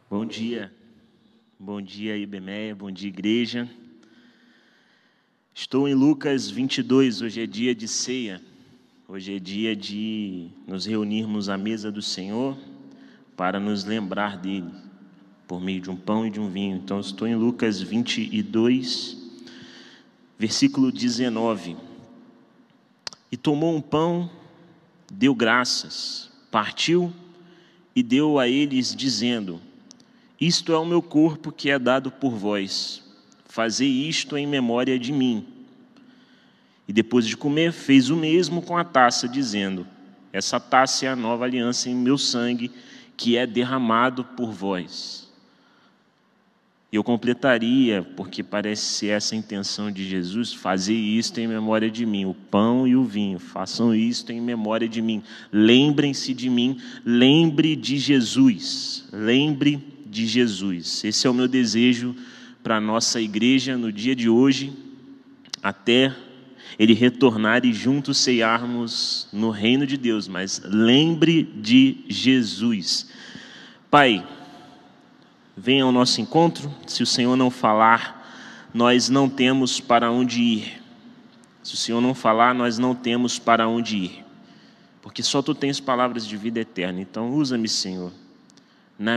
Bom dia IBMEA, bom dia igreja. Estou em Lucas 22, hoje é dia de ceia, hoje é dia de nos reunirmos à mesa do Senhor para nos lembrar dele, por meio de um pão e de um vinho. Então estou em Lucas 22, versículo 19. E tomou um pão, deu graças, partiu e deu a eles, dizendo: isto é o meu corpo que é dado por vós, fazei isto em memória de mim. E depois de comer, fez o mesmo com a taça, dizendo: essa taça é a nova aliança em meu sangue, que é derramado por vós. Eu completaria, porque parece ser essa a intenção de Jesus: fazei isto em memória de mim, o pão e o vinho, façam isto em memória de mim. Lembrem-se de mim, lembre de Jesus, lembre de Jesus. Esse é o meu desejo para a nossa igreja no dia de hoje, até Ele retornar e juntos ceiarmos no reino de Deus. Mas lembre de Jesus. Pai, venha ao nosso encontro. Se o Senhor não falar, nós não temos para onde ir. Se o Senhor não falar, nós não temos para onde ir, porque só Tu tens palavras de vida eterna. Então usa-me, Senhor, na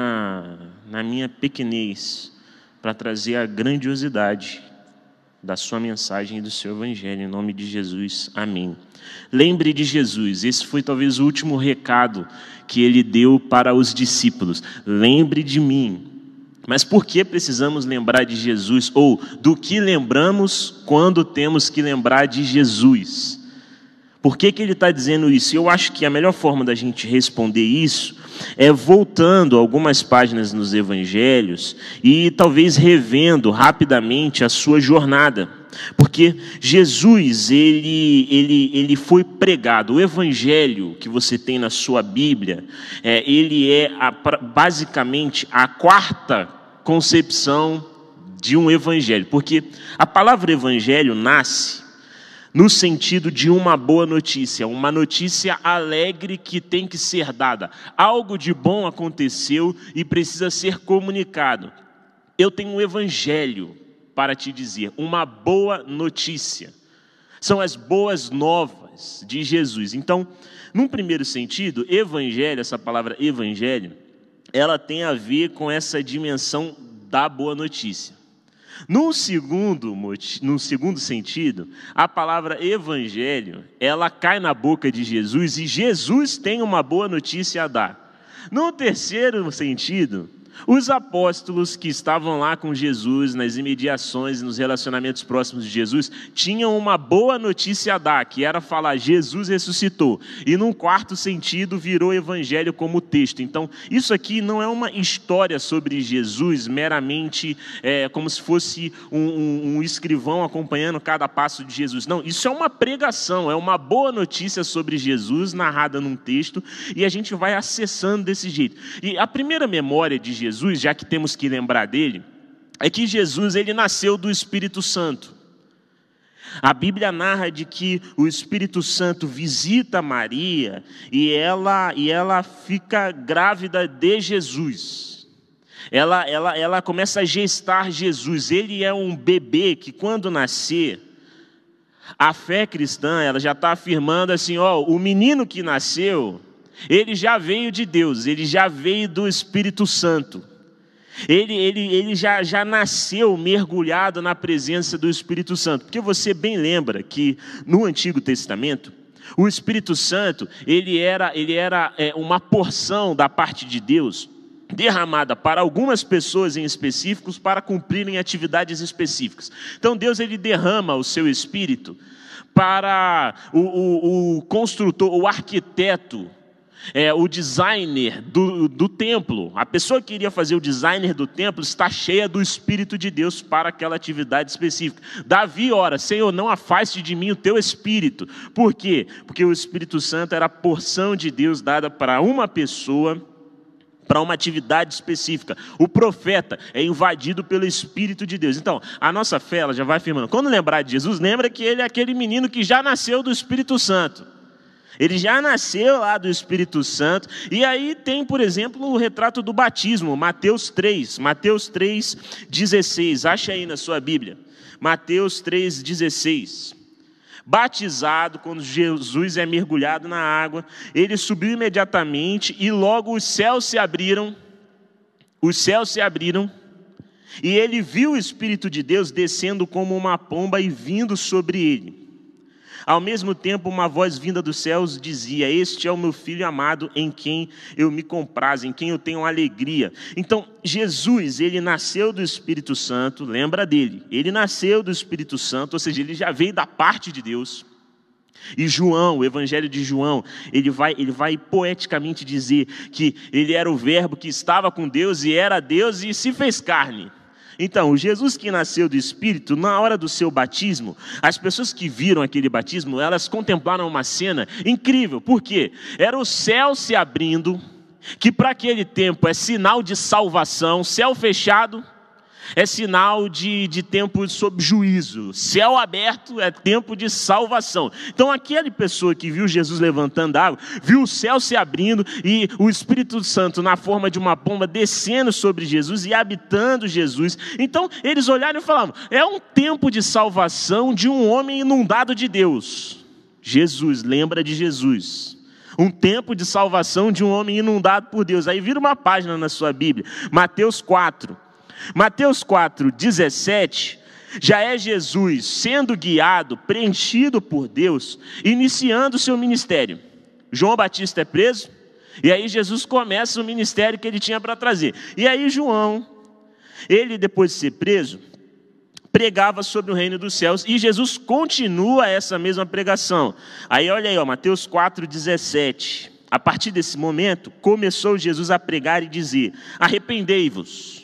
minha pequenez, para trazer a grandiosidade da sua mensagem e do seu evangelho, em nome de Jesus, amém. Lembre de Jesus. Esse foi talvez o último recado que ele deu para os discípulos: lembre de mim. Mas por que precisamos lembrar de Jesus? Ou do que lembramos quando temos que lembrar de Jesus? Por que ele está dizendo isso? Eu acho que a melhor forma da gente responder isso é voltando algumas páginas nos evangelhos e talvez revendo rapidamente a sua jornada. Porque Jesus, ele foi pregado. O evangelho que você tem na sua Bíblia, ele é basicamente a quarta concepção de um evangelho. Porque a palavra evangelho nasce no sentido de uma boa notícia, uma notícia alegre que tem que ser dada. Algo de bom aconteceu e precisa ser comunicado. Eu tenho um evangelho para te dizer, uma boa notícia. São as boas novas de Jesus. Então, num primeiro sentido, evangelho, essa palavra evangelho, ela tem a ver com essa dimensão da boa notícia. No segundo sentido, a palavra evangelho, ela cai na boca de Jesus e Jesus tem uma boa notícia a dar. No terceiro sentido, os apóstolos que estavam lá com Jesus, nas imediações, nos relacionamentos próximos de Jesus, tinham uma boa notícia a dar, que era falar: Jesus ressuscitou. E num quarto sentido, virou evangelho como texto. Então, isso aqui não é uma história sobre Jesus, meramente como se fosse um escrivão acompanhando cada passo de Jesus. Não, isso é uma pregação, é uma boa notícia sobre Jesus, narrada num texto, e a gente vai acessando desse jeito. E a primeira memória de Jesus, já que temos que lembrar dele, é que Jesus, ele nasceu do Espírito Santo. A Bíblia narra de que o Espírito Santo visita Maria e ela fica grávida de Jesus. Ela começa a gestar Jesus. Ele é um bebê que, quando nascer, a fé cristã, ela já está afirmando assim: o menino que nasceu, ele já veio de Deus, ele já veio do Espírito Santo. Ele já nasceu mergulhado na presença do Espírito Santo. Porque você bem lembra que no Antigo Testamento, o Espírito Santo, ele era uma porção da parte de Deus, derramada para algumas pessoas em específicos para cumprirem atividades específicas. Então Deus, ele derrama o seu Espírito para o construtor, o arquiteto, o designer do templo. A pessoa que iria fazer o designer do templo está cheia do Espírito de Deus para aquela atividade específica. Davi ora: Senhor, não afaste de mim o teu Espírito. Por quê? Porque o Espírito Santo era a porção de Deus dada para uma pessoa, para uma atividade específica. O profeta é invadido pelo Espírito de Deus. Então, a nossa fé, ela já vai afirmando. Quando lembrar de Jesus, lembra que ele é aquele menino que já nasceu do Espírito Santo. Ele já nasceu lá do Espírito Santo. E aí tem, por exemplo, o retrato do batismo, Mateus 3:16. Acha aí na sua Bíblia. Mateus 3:16. Batizado, quando Jesus é mergulhado na água, ele subiu imediatamente e logo os céus se abriram, e ele viu o Espírito de Deus descendo como uma pomba e vindo sobre ele. Ao mesmo tempo, uma voz vinda dos céus dizia: este é o meu Filho amado, em quem eu me comprazo, em quem eu tenho alegria. Então, Jesus, ele nasceu do Espírito Santo, lembra dele, ele nasceu do Espírito Santo, ou seja, ele já veio da parte de Deus. E João, o Evangelho de João, ele vai poeticamente dizer que ele era o verbo que estava com Deus e era Deus e se fez carne. Então, o Jesus que nasceu do Espírito, na hora do seu batismo, as pessoas que viram aquele batismo, elas contemplaram uma cena incrível. Por quê? Era o céu se abrindo, que para aquele tempo é sinal de salvação. Céu fechado é sinal de tempo sob juízo. Céu aberto é tempo de salvação. Então aquela pessoa que viu Jesus levantando a água, viu o céu se abrindo e o Espírito Santo na forma de uma pomba descendo sobre Jesus e habitando Jesus. Então eles olharam e falaram: é um tempo de salvação de um homem inundado de Deus. Jesus, lembra de Jesus. Um tempo de salvação de um homem inundado por Deus. Aí vira uma página na sua Bíblia, Mateus 4. Mateus 4:17, já é Jesus sendo guiado, preenchido por Deus, iniciando o seu ministério. João Batista é preso, e aí Jesus começa o ministério que ele tinha para trazer. E aí João, ele depois de ser preso, pregava sobre o reino dos céus, e Jesus continua essa mesma pregação. Aí olha aí, Mateus 4:17, a partir desse momento, começou Jesus a pregar e dizer: arrependei-vos.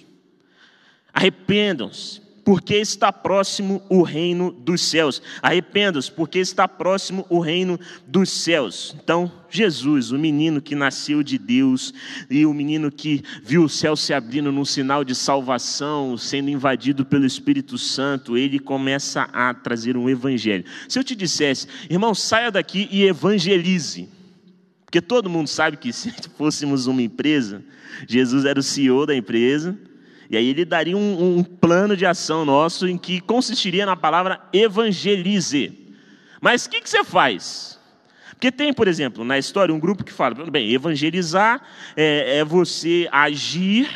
Arrependam-se, porque está próximo o reino dos céus. Arrependam-se, porque está próximo o reino dos céus. Então, Jesus, o menino que nasceu de Deus, e o menino que viu o céu se abrindo num sinal de salvação, sendo invadido pelo Espírito Santo, ele começa a trazer um evangelho. Se eu te dissesse: irmão, saia daqui e evangelize, porque todo mundo sabe que se fôssemos uma empresa, Jesus era o CEO da empresa, e aí ele daria um plano de ação nosso em que consistiria na palavra evangelize. Mas o que você faz? Porque tem, por exemplo, na história um grupo que fala: bem, evangelizar é você agir.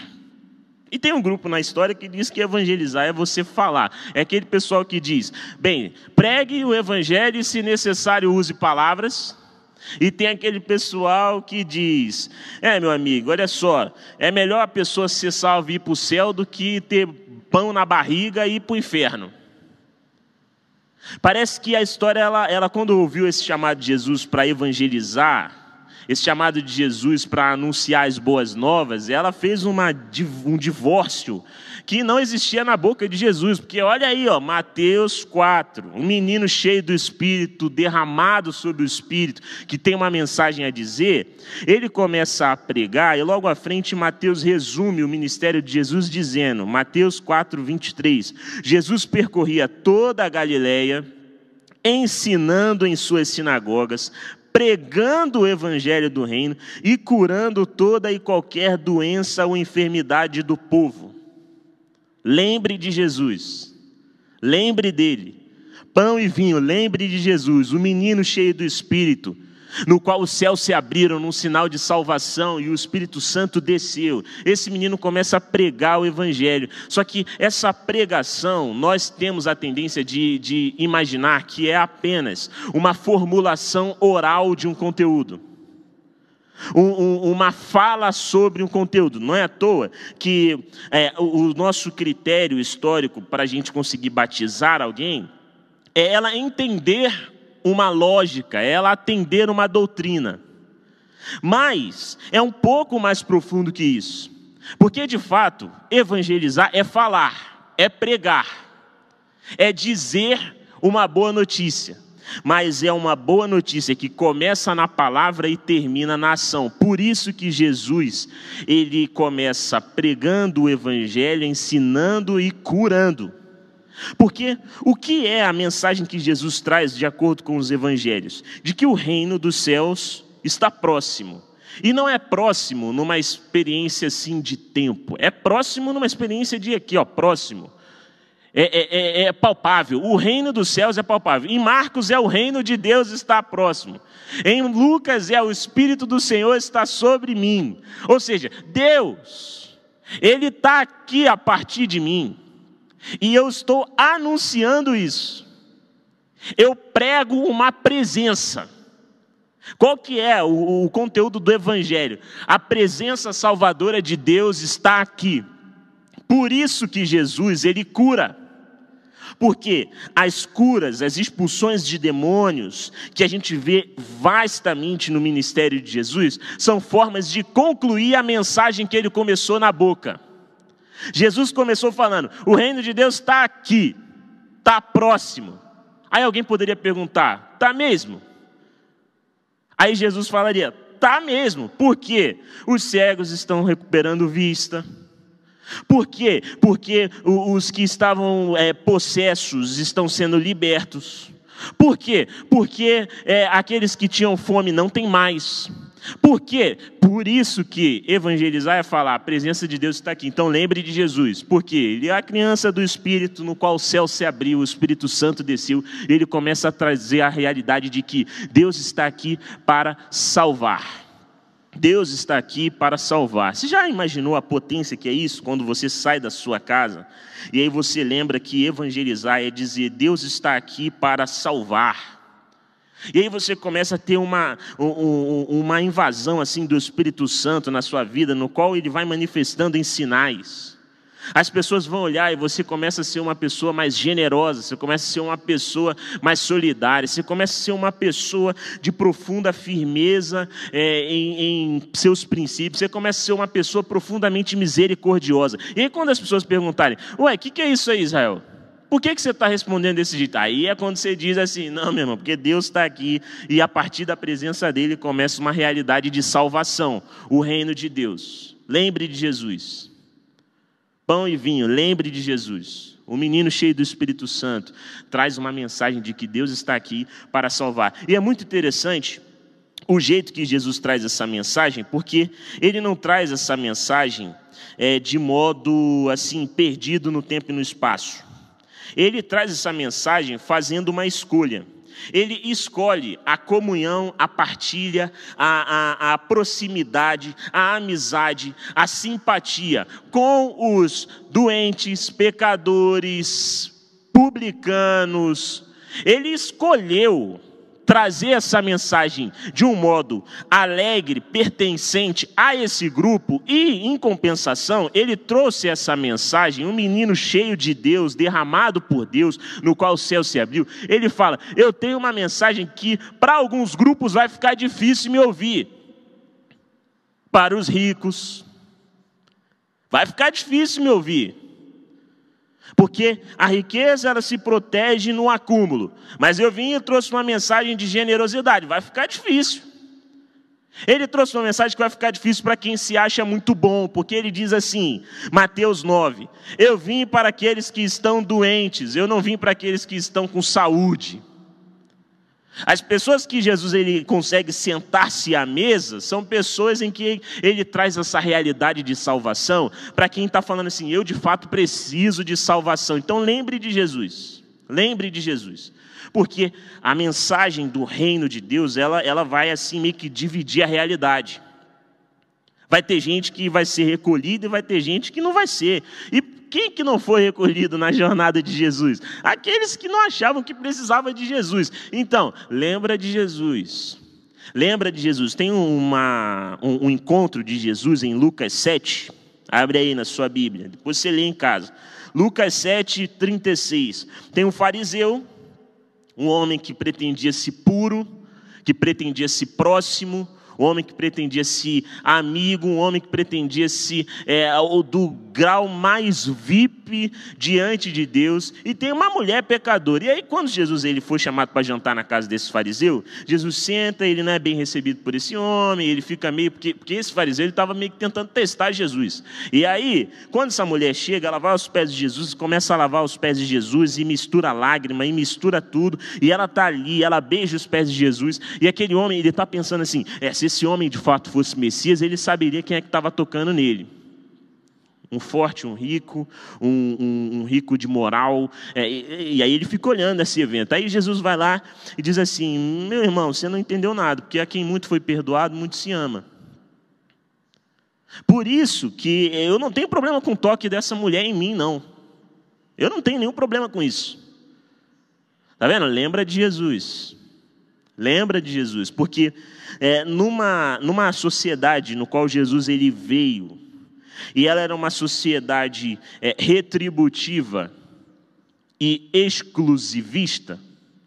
E tem um grupo na história que diz que evangelizar é você falar. É aquele pessoal que diz: bem, pregue o evangelho e, se necessário, use palavras. E tem aquele pessoal que diz: meu amigo, olha só, é melhor a pessoa ser salva e ir para o céu do que ter pão na barriga e ir para o inferno. Parece que a história, ela quando ouviu esse chamado de Jesus para evangelizar, esse chamado de Jesus para anunciar as boas novas, ela fez um divórcio que não existia na boca de Jesus. Porque olha aí, Mateus 4, um menino cheio do Espírito, derramado sobre o Espírito, que tem uma mensagem a dizer. Ele começa a pregar e logo à frente Mateus resume o ministério de Jesus dizendo, Mateus 4:23, Jesus percorria toda a Galileia, ensinando em suas sinagogas, pregando o evangelho do reino e curando toda e qualquer doença ou enfermidade do povo. Lembre de Jesus, lembre dele. Pão e vinho, lembre de Jesus, o menino cheio do Espírito, no qual os céus se abriram num sinal de salvação e o Espírito Santo desceu. Esse menino começa a pregar o evangelho. Só que essa pregação, nós temos a tendência de imaginar que é apenas uma formulação oral de um conteúdo. Uma fala sobre um conteúdo. Não é à toa que o nosso critério histórico para a gente conseguir batizar alguém é ela entender uma lógica, é ela atender uma doutrina. Mas é um pouco mais profundo que isso. Porque, de fato, evangelizar é falar, é pregar, é dizer uma boa notícia. Mas é uma boa notícia que começa na palavra e termina na ação. Por isso que Jesus, ele começa pregando o evangelho, ensinando e curando. Porque o que é a mensagem que Jesus traz de acordo com os evangelhos? De que o reino dos céus está próximo. E não é próximo numa experiência assim de tempo. É próximo numa experiência de aqui, ó, próximo. É palpável. O reino dos céus é palpável. Em Marcos é o reino de Deus está próximo. Em Lucas é o Espírito do Senhor está sobre mim. Ou seja, Deus, Ele está aqui a partir de mim. E eu estou anunciando isso. Eu prego uma presença. Qual que é o conteúdo do Evangelho? A presença salvadora de Deus está aqui. Por isso que Jesus, Ele cura. Porque as curas, as expulsões de demônios, que a gente vê vastamente no ministério de Jesus, são formas de concluir a mensagem que Ele começou na boca. Jesus começou falando, o reino de Deus está aqui, está próximo. Aí alguém poderia perguntar, está mesmo? Aí Jesus falaria, está mesmo. Por quê? Os cegos estão recuperando vista. Por quê? Porque os que estavam possessos estão sendo libertos. Por quê? Porque aqueles que tinham fome não têm mais. Por quê? Por isso que evangelizar é falar, a presença de Deus está aqui. Então lembre de Jesus, porque Ele é a criança do Espírito, no qual o céu se abriu, o Espírito Santo desceu. Ele começa a trazer a realidade de que Deus está aqui para salvar. Deus está aqui para salvar. Você já imaginou a potência que é isso? Quando você sai da sua casa, e aí você lembra que evangelizar é dizer, Deus está aqui para salvar. E aí você começa a ter uma invasão assim do Espírito Santo na sua vida, no qual ele vai manifestando em sinais. As pessoas vão olhar e você começa a ser uma pessoa mais generosa, você começa a ser uma pessoa mais solidária, você começa a ser uma pessoa de profunda firmeza em seus princípios, você começa a ser uma pessoa profundamente misericordiosa. E aí quando as pessoas perguntarem, ué, o que é isso aí, Israel? Por que você está respondendo desse jeito? Aí é quando você diz assim, não, meu irmão, porque Deus está aqui e a partir da presença dEle começa uma realidade de salvação, o reino de Deus. Lembre de Jesus. Pão e vinho, lembre de Jesus. O menino cheio do Espírito Santo traz uma mensagem de que Deus está aqui para salvar. E é muito interessante o jeito que Jesus traz essa mensagem, porque Ele não traz essa mensagem de modo assim perdido no tempo e no espaço. Ele traz essa mensagem fazendo uma escolha. Ele escolhe a comunhão, a partilha, a proximidade, a amizade, a simpatia com os doentes, pecadores, publicanos. Ele escolheu trazer essa mensagem de um modo alegre, pertencente a esse grupo e, em compensação, ele trouxe essa mensagem, um menino cheio de Deus, derramado por Deus, no qual o céu se abriu. Ele fala, eu tenho uma mensagem que para alguns grupos vai ficar difícil me ouvir. Para os ricos, vai ficar difícil me ouvir. Porque a riqueza ela se protege no acúmulo. Mas eu vim e trouxe uma mensagem de generosidade. Vai ficar difícil. Ele trouxe uma mensagem que vai ficar difícil para quem se acha muito bom. Porque ele diz assim, Mateus 9. Eu vim para aqueles que estão doentes. Eu não vim para aqueles que estão com saúde. As pessoas que Jesus ele consegue sentar-se à mesa são pessoas em que ele traz essa realidade de salvação para quem está falando assim, eu de fato preciso de salvação. Então lembre de Jesus, porque a mensagem do reino de Deus, ela vai assim meio que dividir a realidade. Vai ter gente que vai ser recolhida e vai ter gente que não vai ser. E quem que não foi recolhido na jornada de Jesus? Aqueles que não achavam que precisava de Jesus. Então, lembra de Jesus. Lembra de Jesus. Tem um encontro de Jesus em Lucas 7. Abre aí na sua Bíblia. Depois você lê em casa. Lucas 7, 36. Tem um fariseu, um homem que pretendia ser puro, que pretendia ser próximo, um homem que pretendia ser amigo, um homem que pretendia ser grau mais VIP diante de Deus, e tem uma mulher pecadora. E aí quando Jesus ele foi chamado para jantar na casa desse fariseu, Jesus senta, ele não é bem recebido por esse homem, ele fica meio, porque esse fariseu ele estava meio que tentando testar Jesus. E aí, quando essa mulher chega, ela vai aos pés de Jesus, começa a lavar os pés de Jesus, e mistura lágrima, e mistura tudo, e ela está ali, ela beija os pés de Jesus, e aquele homem, ele está pensando assim, se esse homem de fato fosse Messias, ele saberia quem é que estava tocando nele. Um forte, um rico, um rico de moral, e aí ele fica olhando esse evento. Aí Jesus vai lá e diz assim, meu irmão, você não entendeu nada, porque a quem muito foi perdoado, muito se ama. Por isso que eu não tenho problema com o toque dessa mulher em mim, não. Eu não tenho nenhum problema com isso. Tá vendo? Lembra de Jesus. Lembra de Jesus, porque numa sociedade no qual Jesus ele veio, e ela era uma sociedade retributiva e exclusivista,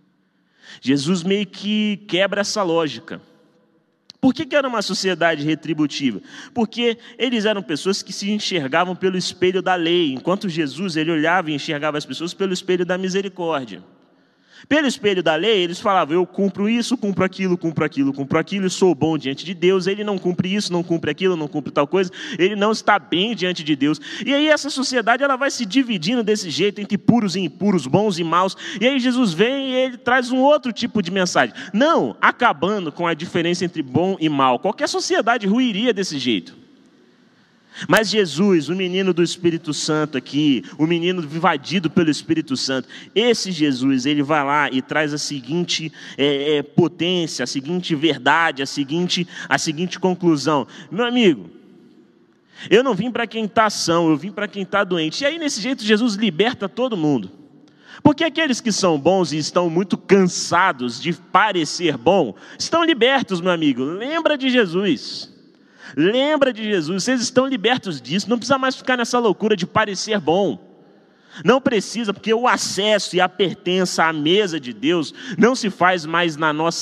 Jesus meio que quebra essa lógica. Por que era uma sociedade retributiva? Porque eles eram pessoas que se enxergavam pelo espelho da lei, enquanto Jesus ele olhava e enxergava as pessoas pelo espelho da misericórdia. Pelo espelho da lei, eles falavam, eu cumpro isso, cumpro aquilo, e sou bom diante de Deus. Ele não cumpre isso, não cumpre aquilo, não cumpre tal coisa, ele não está bem diante de Deus. E aí essa sociedade ela vai se dividindo desse jeito, entre puros e impuros, bons e maus. E aí Jesus vem e ele traz um outro tipo de mensagem. Não acabando com a diferença entre bom e mal. Qualquer sociedade ruiria desse jeito. Mas Jesus, o menino do Espírito Santo aqui, o menino invadido pelo Espírito Santo, esse Jesus, ele vai lá e traz a seguinte potência, a seguinte verdade, a seguinte conclusão. Meu amigo, eu não vim para quem está são, eu vim para quem está doente. E aí nesse jeito Jesus liberta todo mundo. Porque aqueles que são bons e estão muito cansados de parecer bom, estão libertos, meu amigo. Lembra de Jesus. Lembra de Jesus, vocês estão libertos disso, não precisa mais ficar nessa loucura de parecer bom. Não precisa, porque o acesso e a pertença à mesa de Deus não se faz mais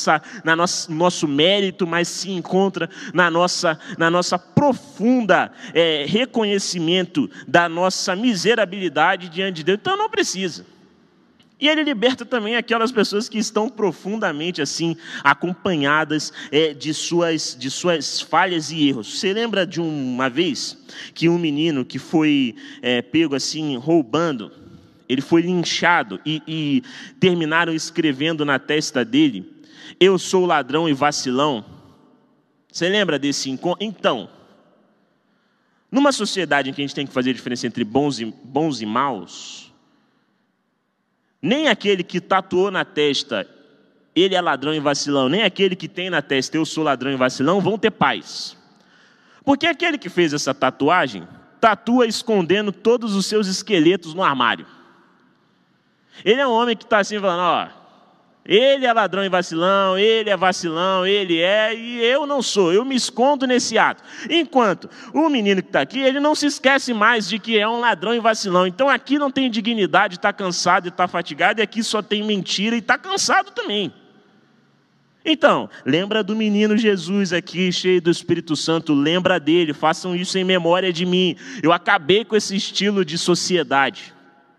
nosso mérito, mas se encontra na nossa profunda reconhecimento da nossa miserabilidade diante de Deus. Então não precisa. E ele liberta também aquelas pessoas que estão profundamente assim, acompanhadas de suas falhas e erros. Você lembra de uma vez que um menino que foi pego assim, roubando, ele foi linchado e terminaram escrevendo na testa dele, eu sou ladrão e vacilão? Você lembra desse encontro? Então, numa sociedade em que a gente tem que fazer a diferença entre bons e maus, nem aquele que tatuou na testa, ele é ladrão e vacilão, nem aquele que tem na testa, eu sou ladrão e vacilão, vão ter paz. Porque aquele que fez essa tatuagem, tatua escondendo todos os seus esqueletos no armário. Ele é um homem que está assim falando, ele é ladrão e vacilão, ele é vacilão, e eu não sou, eu me escondo nesse ato. Enquanto o menino que está aqui, ele não se esquece mais de que é um ladrão e vacilão. Então aqui não tem dignidade, está cansado e está fatigado, e aqui só tem mentira e está cansado também. Então, lembra do menino Jesus aqui, cheio do Espírito Santo, lembra dele, façam isso em memória de mim. Eu acabei com esse estilo de sociedade.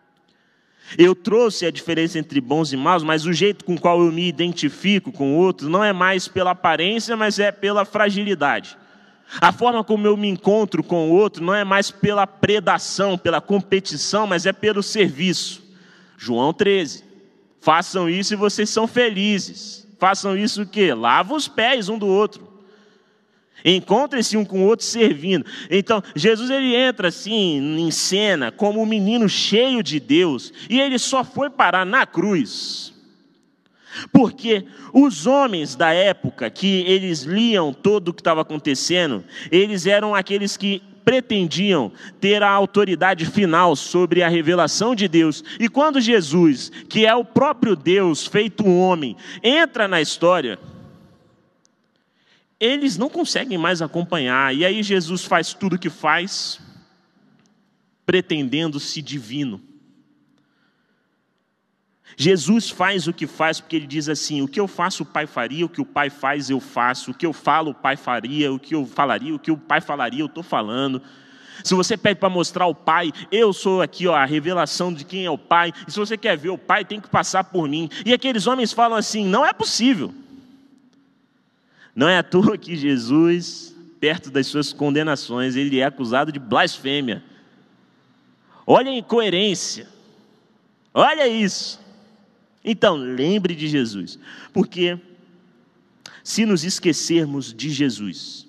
Eu trouxe a diferença entre bons e maus, mas o jeito com o qual eu me identifico com o outro não é mais pela aparência, mas é pela fragilidade. A forma como eu me encontro com o outro não é mais pela predação, pela competição, mas é pelo serviço. João 13. Façam isso e vocês são felizes. Façam isso o quê? Lava os pés um do outro. Encontrem-se um com o outro servindo. Então, Jesus ele entra assim em cena como um menino cheio de Deus. E ele só foi parar na cruz porque os homens da época que eles liam tudo o que estava acontecendo, eles eram aqueles que pretendiam ter a autoridade final sobre a revelação de Deus. E quando Jesus, que é o próprio Deus feito um homem, entra na história, eles não conseguem mais acompanhar. E aí Jesus faz tudo o que faz, pretendendo-se divino. Jesus faz o que faz porque ele diz assim, o que eu faço o Pai faria, o que o Pai faz eu faço, o que eu falo o Pai faria, o que eu falaria, o que o Pai falaria eu estou falando. Se você pede para mostrar o Pai, eu sou aqui, ó, a revelação de quem é o Pai. E se você quer ver o Pai, tem que passar por mim. E aqueles homens falam assim: não é possível. Não é à toa que Jesus, perto das suas condenações, ele é acusado de blasfêmia. Olha a incoerência. Olha isso. Então, lembre de Jesus. Porque se nos esquecermos de Jesus,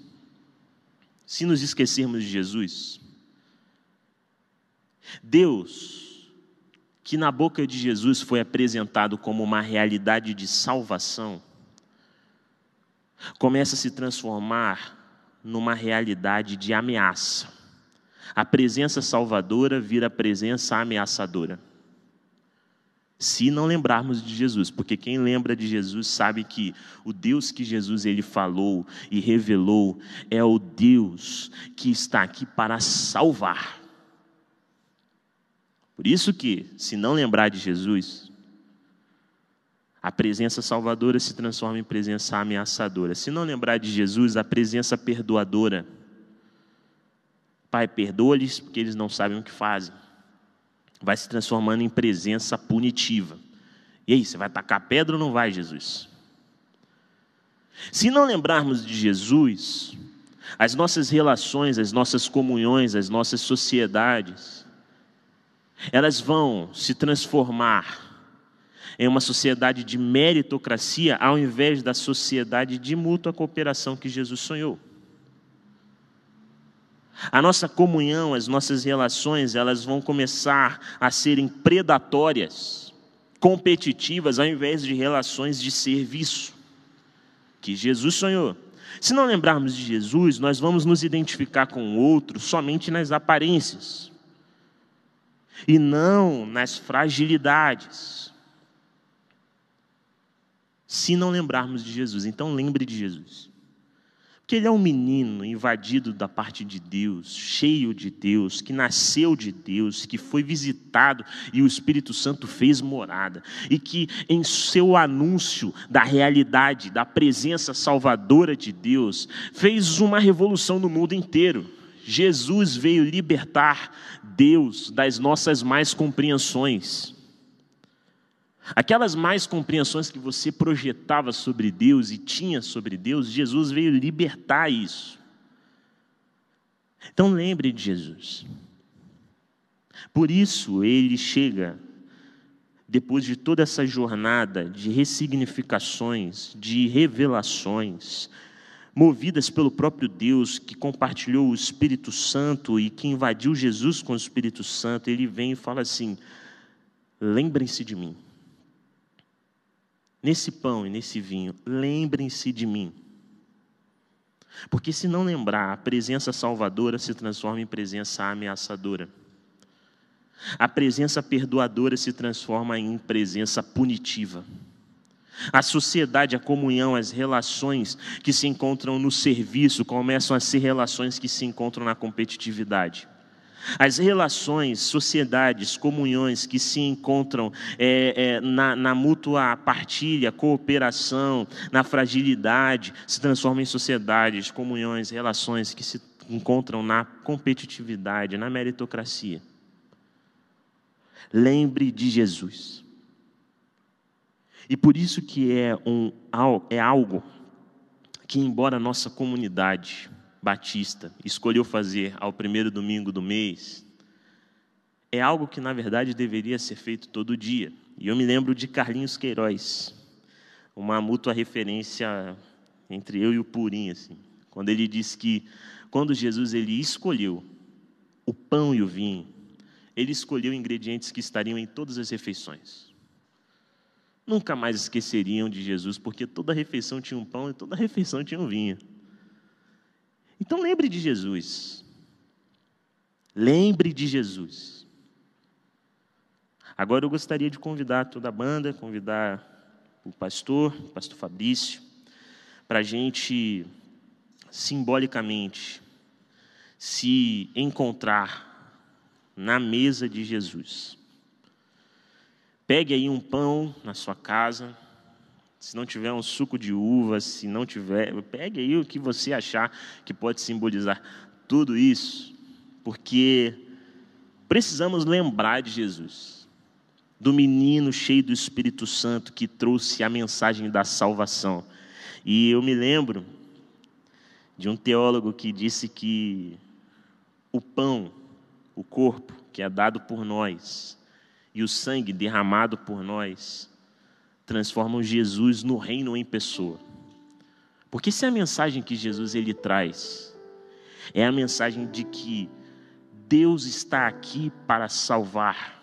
Deus, que na boca de Jesus foi apresentado como uma realidade de salvação, começa a se transformar numa realidade de ameaça. A presença salvadora vira a presença ameaçadora. Se não lembrarmos de Jesus, porque quem lembra de Jesus sabe que o Deus que Jesus ele falou e revelou é o Deus que está aqui para salvar. Por isso que, se não lembrar de Jesus, a presença salvadora se transforma em presença ameaçadora. Se não lembrar de Jesus, a presença perdoadora. Pai, perdoa-lhes porque eles não sabem o que fazem. Vai se transformando em presença punitiva. E aí, você vai tacar pedra ou não vai, Jesus? Se não lembrarmos de Jesus, as nossas relações, as nossas comunhões, as nossas sociedades, elas vão se transformar em uma sociedade de meritocracia, ao invés da sociedade de mútua cooperação que Jesus sonhou. A nossa comunhão, as nossas relações, elas vão começar a serem predatórias, competitivas, ao invés de relações de serviço, que Jesus sonhou. Se não lembrarmos de Jesus, nós vamos nos identificar com o outro somente nas aparências, e não nas fragilidades. Se não lembrarmos de Jesus, então lembre de Jesus. Porque ele é um menino invadido da parte de Deus, cheio de Deus, que nasceu de Deus, que foi visitado e o Espírito Santo fez morada. E que em seu anúncio da realidade, da presença salvadora de Deus, fez uma revolução no mundo inteiro. Jesus veio libertar Deus das nossas más compreensões. Aquelas mais compreensões que você projetava sobre Deus e tinha sobre Deus, Jesus veio libertar isso. Então lembre de Jesus. Por isso ele chega, depois de toda essa jornada de ressignificações, de revelações, movidas pelo próprio Deus, que compartilhou o Espírito Santo e que invadiu Jesus com o Espírito Santo, ele vem e fala assim: lembrem-se de mim. Nesse pão e nesse vinho, lembrem-se de mim. Porque se não lembrar, a presença salvadora se transforma em presença ameaçadora. A presença perdoadora se transforma em presença punitiva. A sociedade, a comunhão, as relações que se encontram no serviço começam a ser relações que se encontram na competitividade. As relações, sociedades, comunhões que se encontram na mútua partilha, cooperação, na fragilidade, se transformam em sociedades, comunhões, relações que se encontram na competitividade, na meritocracia. Lembre de Jesus. E por isso que é algo que, embora a nossa comunidade batista escolheu fazer ao primeiro domingo do mês, é algo que na verdade deveria ser feito todo dia. E eu me lembro de Carlinhos Queiroz, uma mútua referência entre eu e o Purim, assim, quando ele disse que quando Jesus ele escolheu o pão e o vinho, ele escolheu ingredientes que estariam em todas as refeições. Nunca mais esqueceriam de Jesus, porque toda refeição tinha um pão e toda refeição tinha um vinho. Então lembre de Jesus. Lembre de Jesus. Agora eu gostaria de convidar toda a banda, convidar o pastor Fabrício, para a gente, simbolicamente, se encontrar na mesa de Jesus. Pegue aí um pão na sua casa. Se não tiver um suco de uva, se não tiver, pegue aí o que você achar que pode simbolizar tudo isso. porque precisamos lembrar de Jesus, do menino cheio do Espírito Santo que trouxe a mensagem da salvação. E eu me lembro de um teólogo que disse que o pão, o corpo que é dado por nós e o sangue derramado por nós transformam Jesus no reino em pessoa. Porque se a mensagem que Jesus ele traz é a mensagem de que Deus está aqui para salvar.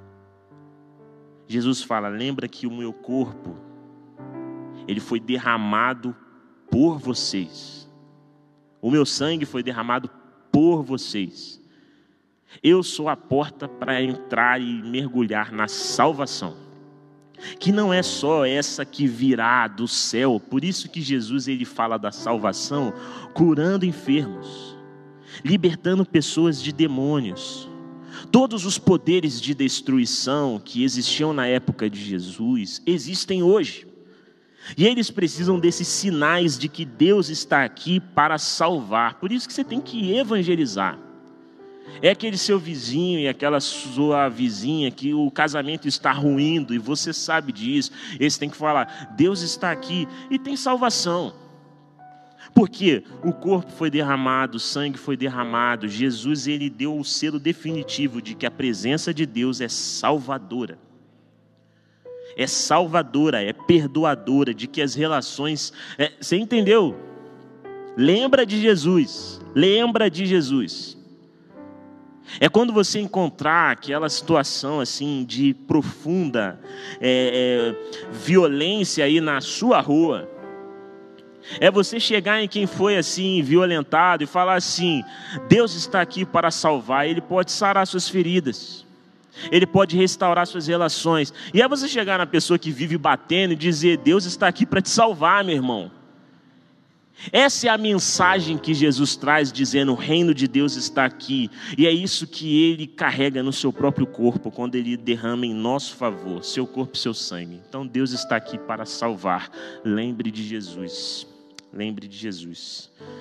Jesus fala: lembra que o meu corpo, ele foi derramado por vocês. O meu sangue foi derramado por vocês. Eu sou a porta para entrar e mergulhar na salvação, que não é só essa que virá do céu. Por isso que Jesus ele fala da salvação curando enfermos, libertando pessoas de demônios. Todos os poderes de destruição que existiam na época de Jesus existem hoje. E eles precisam desses sinais de que Deus está aqui para salvar. Por isso que você tem que evangelizar. É aquele seu vizinho e aquela sua vizinha que o casamento está ruindo e você sabe disso. Eles têm que falar: Deus está aqui e tem salvação. Porque o corpo foi derramado, o sangue foi derramado. Jesus ele deu o selo definitivo de que a presença de Deus é salvadora. É salvadora, é perdoadora, de que as relações... Você entendeu? Lembra de Jesus, lembra de Jesus. É quando você encontrar aquela situação assim de profunda violência aí na sua rua. É você chegar em quem foi assim violentado e falar assim: Deus está aqui para salvar. Ele pode sarar suas feridas, Ele pode restaurar suas relações. E é você chegar na pessoa que vive batendo e dizer: Deus está aqui para te salvar, meu irmão. Essa é a mensagem que Jesus traz, dizendo: o reino de Deus está aqui. E é isso que Ele carrega no seu próprio corpo, quando Ele derrama em nosso favor, seu corpo e seu sangue. Então Deus está aqui para salvar. Lembre de Jesus. Lembre de Jesus.